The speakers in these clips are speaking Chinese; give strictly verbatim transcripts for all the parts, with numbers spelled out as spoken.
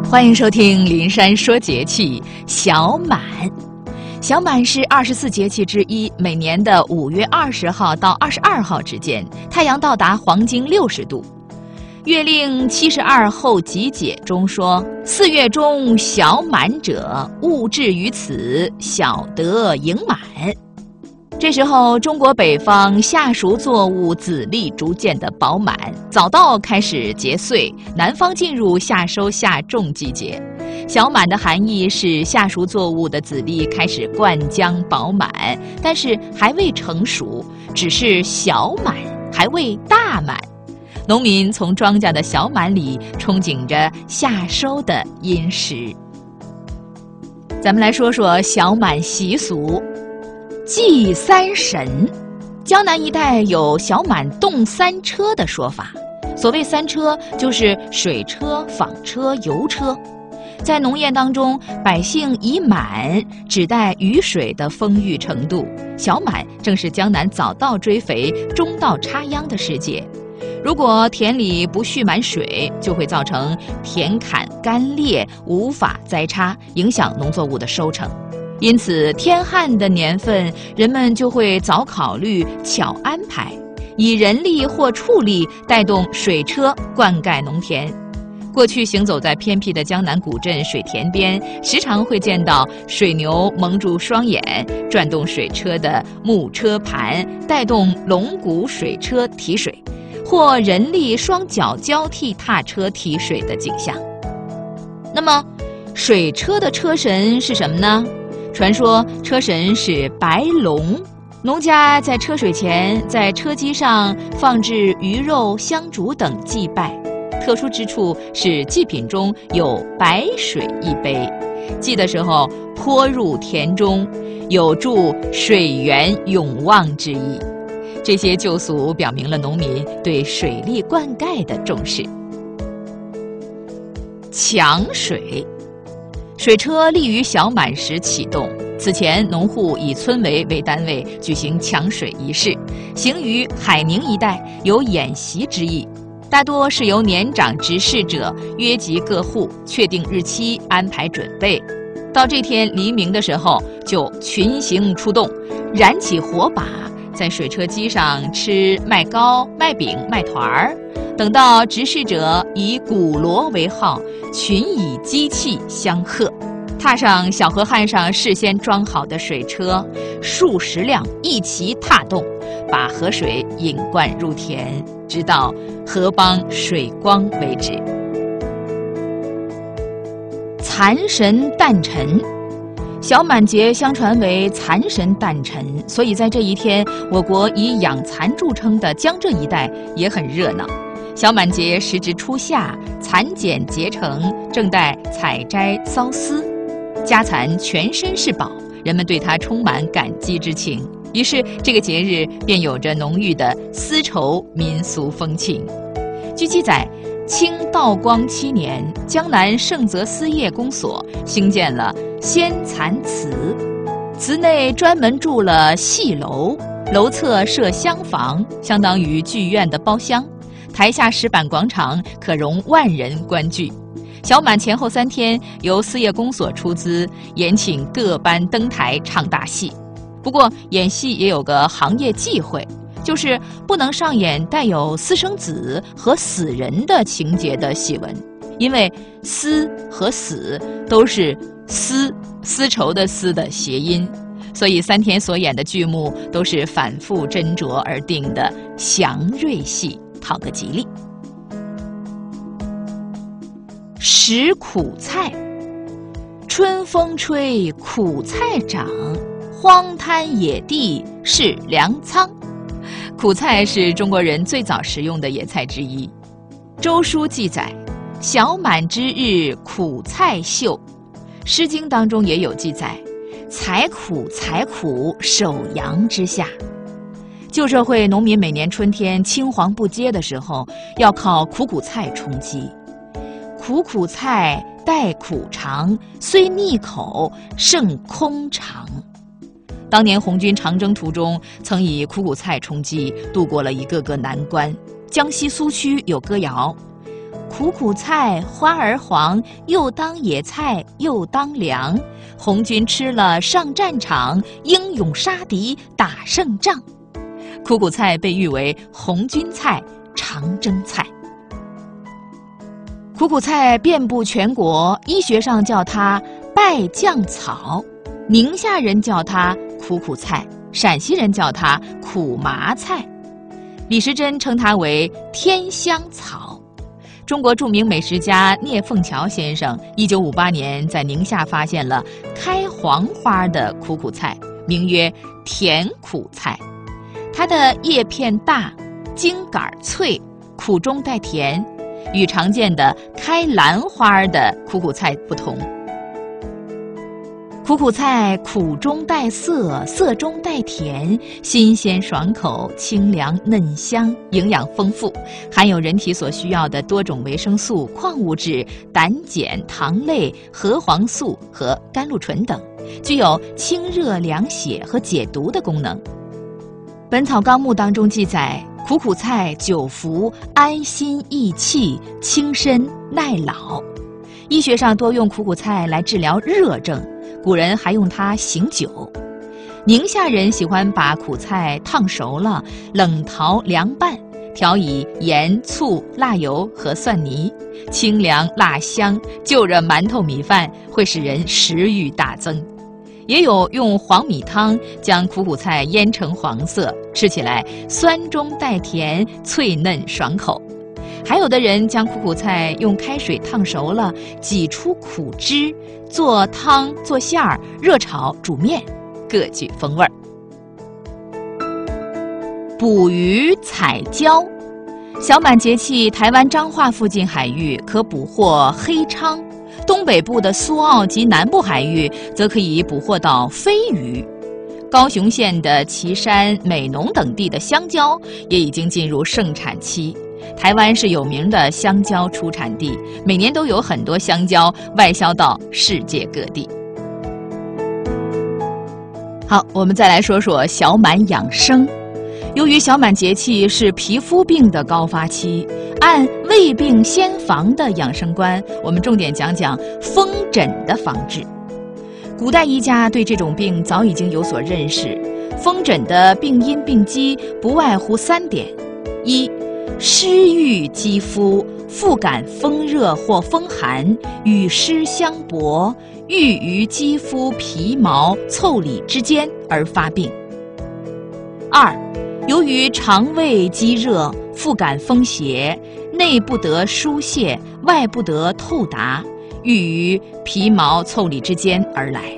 欢迎收听林珊说节气。小满，小满是二十四节气之一，每年的五月二十号到二十二号之间，太阳到达黄经六十度。月令七十二候集解中说：“四月中小满者，物至于此，小得盈满。”这时候，中国北方夏熟作物籽粒逐渐的饱满，早稻开始结穗，南方进入夏收夏种季节。小满的含义是夏熟作物的籽粒开始灌浆饱满，但是还未成熟，只是小满，还未大满。农民从庄稼的小满里憧憬着夏收的殷实。咱们来说说小满习俗。祭三神，江南一带有小满动三车的说法。所谓三车，就是水车、纺车、油车。在农业当中，百姓以满指代雨水的丰裕程度。小满正是江南早稻追肥、中稻插秧的时节。如果田里不蓄满水，就会造成田坎干裂，无法栽插，影响农作物的收成。因此，天旱的年份，人们就会早考虑、巧安排，以人力或畜力带动水车灌溉农田。过去行走在偏僻的江南古镇水田边，时常会见到水牛蒙住双眼，转动水车的木车盘，带动龙骨水车提水，或人力双脚交替踏车提水的景象。那么，水车的车神是什么呢？传说车神是白龙，农家在车水前，在车基上放置鱼肉、香烛等祭拜。特殊之处是祭品中有白水一杯，祭的时候泼入田中，有助水源永旺之意。这些旧俗表明了农民对水利灌溉的重视。抢水，水车立于小满时启动，此前农户以村委为单位举行抢水仪式，行于海宁一带，有演习之意。大多是由年长执事者约集各户，确定日期，安排准备。到这天黎明的时候，就群行出动，燃起火把，在水车机上吃麦糕、麦饼、麦团儿。等到执事者以鼓锣为号，群以机器相贺，踏上小河汉上事先装好的水车，数十辆一齐踏动，把河水引灌入田，直到河帮水光为止。蚕神诞辰，小满节相传为蚕神诞辰，所以在这一天，我国以养蚕著称的江浙一带也很热闹。小满节时值初夏，蚕茧结成，正待采摘缫丝，家蚕全身是宝，人们对它充满感激之情，于是这个节日便有着浓郁的丝绸民俗风情。据记载，清道光七年，江南盛泽丝业公所兴建了仙蚕祠，祠内专门筑了戏楼，楼侧设厢房，相当于剧院的包厢。台下石板广场可容万人观剧。小满前后三天，由丝业公所出资，延请各班登台唱大戏。不过，演戏也有个行业忌讳，就是不能上演带有私生子和死人的情节的戏文，因为丝和死都是丝丝绸的丝的谐音，所以三天所演的剧目都是反复斟酌而定的祥瑞戏，讨个吉利。食苦菜，春风吹，苦菜长，荒滩野地是粮仓。苦菜是中国人最早食用的野菜之一。周书记载，小满之日，苦菜秀。诗经当中也有记载，采苦采苦，守阳之下。旧社会农民每年春天青黄不接的时候，要靠苦苦菜充饥。苦苦菜带苦尝，虽腻口，胜空肠。当年红军长征途中，曾以苦苦菜充饥，度过了一个个难关。江西苏区有歌谣： 苦苦菜，花儿黄，又当野菜又当粮。红军吃了上战场，英勇杀敌打胜仗。苦苦菜被誉为红军菜、长征菜。苦苦菜遍布全国，医学上叫它败酱草，宁夏人叫它苦苦菜，陕西人叫它苦麻菜，李时珍称它为天香草。中国著名美食家聂凤桥先生一九五八年在宁夏发现了开黄花的苦苦菜，名曰甜苦菜。它的叶片大，茎杆脆，苦中带甜，与常见的开兰花的苦苦菜不同。苦苦菜苦中带涩，涩中带甜，新鲜爽口，清凉嫩香，营养丰富，含有人体所需要的多种维生素、矿物质、胆碱、糖类、核黄素和甘露醇等，具有清热凉血和解毒的功能。《本草纲目》当中记载，苦苦菜久服安心益气，轻身耐老。医学上多用苦苦菜来治疗热症，古人还用它醒酒。宁夏人喜欢把苦菜烫熟了，冷淘凉拌，调以盐、醋、辣油和蒜泥，清凉辣香，就着馒头米饭，会使人食欲大增。也有用黄米汤将苦苦菜腌成黄色，吃起来酸中带甜，脆嫩爽口。还有的人将苦苦菜用开水烫熟了，挤出苦汁，做汤、做馅儿、热炒、煮面，各具风味儿。捕鱼采礁，小满节气，台湾彰化附近海域可捕获黑鲳，东北部的苏澳及南部海域则可以捕获到飞鱼。高雄县的旗山、美浓等地的香蕉也已经进入盛产期。台湾是有名的香蕉出产地，每年都有很多香蕉外销到世界各地。好，我们再来说说小满养生。由于小满节气是皮肤病的高发期，按未病先防的养生观，我们重点讲讲风疹的防治。古代医家对这种病早已经有所认识，风疹的病因病机不外乎三点：一、湿郁肌肤，复感风热或风寒，与湿相搏，郁于肌肤皮毛腠理之间而发病。二、由于肠胃积热，复感风邪，内不得疏泄，外不得透达，郁于皮毛腠理之间而来。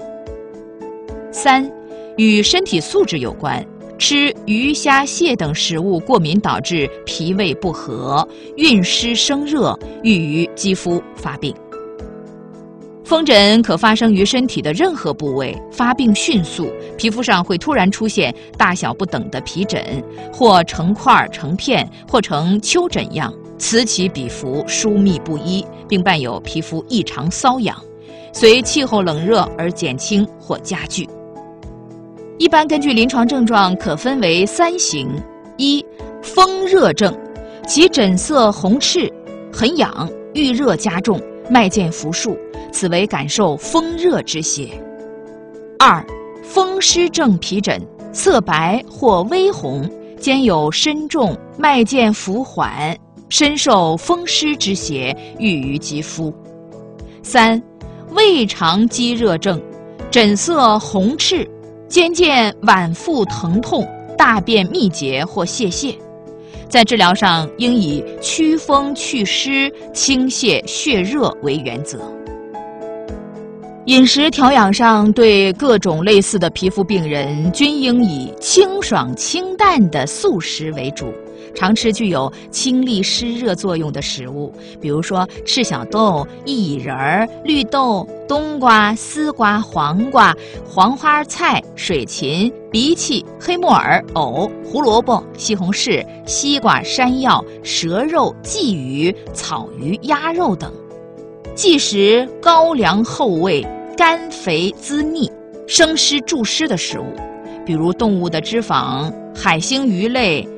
三、与身体素质有关，吃鱼虾蟹等食物过敏导致脾胃不和，蕴湿生热，郁于肌肤发病。风疹可发生于身体的任何部位，发病迅速，皮肤上会突然出现大小不等的皮疹，或成块成片，或成丘疹样，此起彼伏，疏密不一，并伴有皮肤异常瘙痒，随气候冷热而减轻或加剧。一般根据临床症状可分为三型：一、风热症，其疹色红赤，很痒，遇热加重，脉见浮数，此为感受风热之邪。二、风湿症皮疹，色白或微红，兼有深重，脉见浮缓，深受风湿之邪，郁于肌肤。三、胃肠积热症，疹色红赤，兼见脘腹疼痛，大便秘结或泄泻。在治疗上应以祛风祛湿、清泻血热为原则。饮食调养上，对各种类似的皮肤病人均应以清爽清淡的素食为主，常吃具有清利湿热作用的食物，比如说赤小豆、薏仁、绿豆、冬瓜、丝瓜、黄瓜、黄花菜、水芹、荸荠、黑木耳、藕、胡萝卜、西红柿、西瓜、山药、蛇肉、鲫鱼、草鱼、鸭肉等。忌食高粱厚味、甘肥滋腻、生湿助湿的食物，比如动物的脂肪、海星鱼类、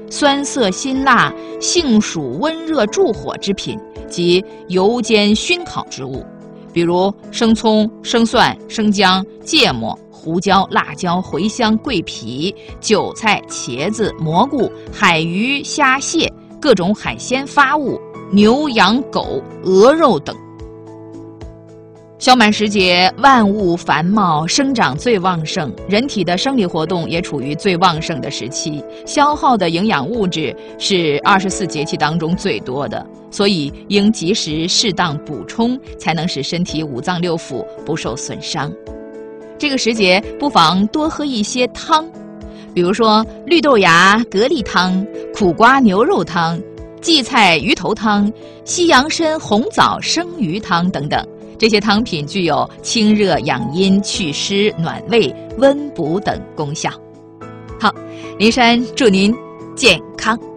酸涩辛辣、性暑温热助火之品及油煎熏烤之物，比如生葱、生蒜、生姜、芥末、胡椒、辣椒、茴香、桂皮、韭菜、茄子、蘑菇、海鱼、虾蟹、各种海鲜发物、牛羊狗、鹅肉等。小满时节，万物繁茂，生长最旺盛，人体的生理活动也处于最旺盛的时期，消耗的营养物质是二十四节气当中最多的，所以应及时适当补充，才能使身体五脏六腑不受损伤。这个时节不妨多喝一些汤，比如说绿豆芽蛤蜊汤、苦瓜牛肉汤、荠菜鱼头汤、西洋参红枣生鱼汤等等。这些汤品具有清热养阴、祛湿暖胃、温补等功效。好，林珊祝您健康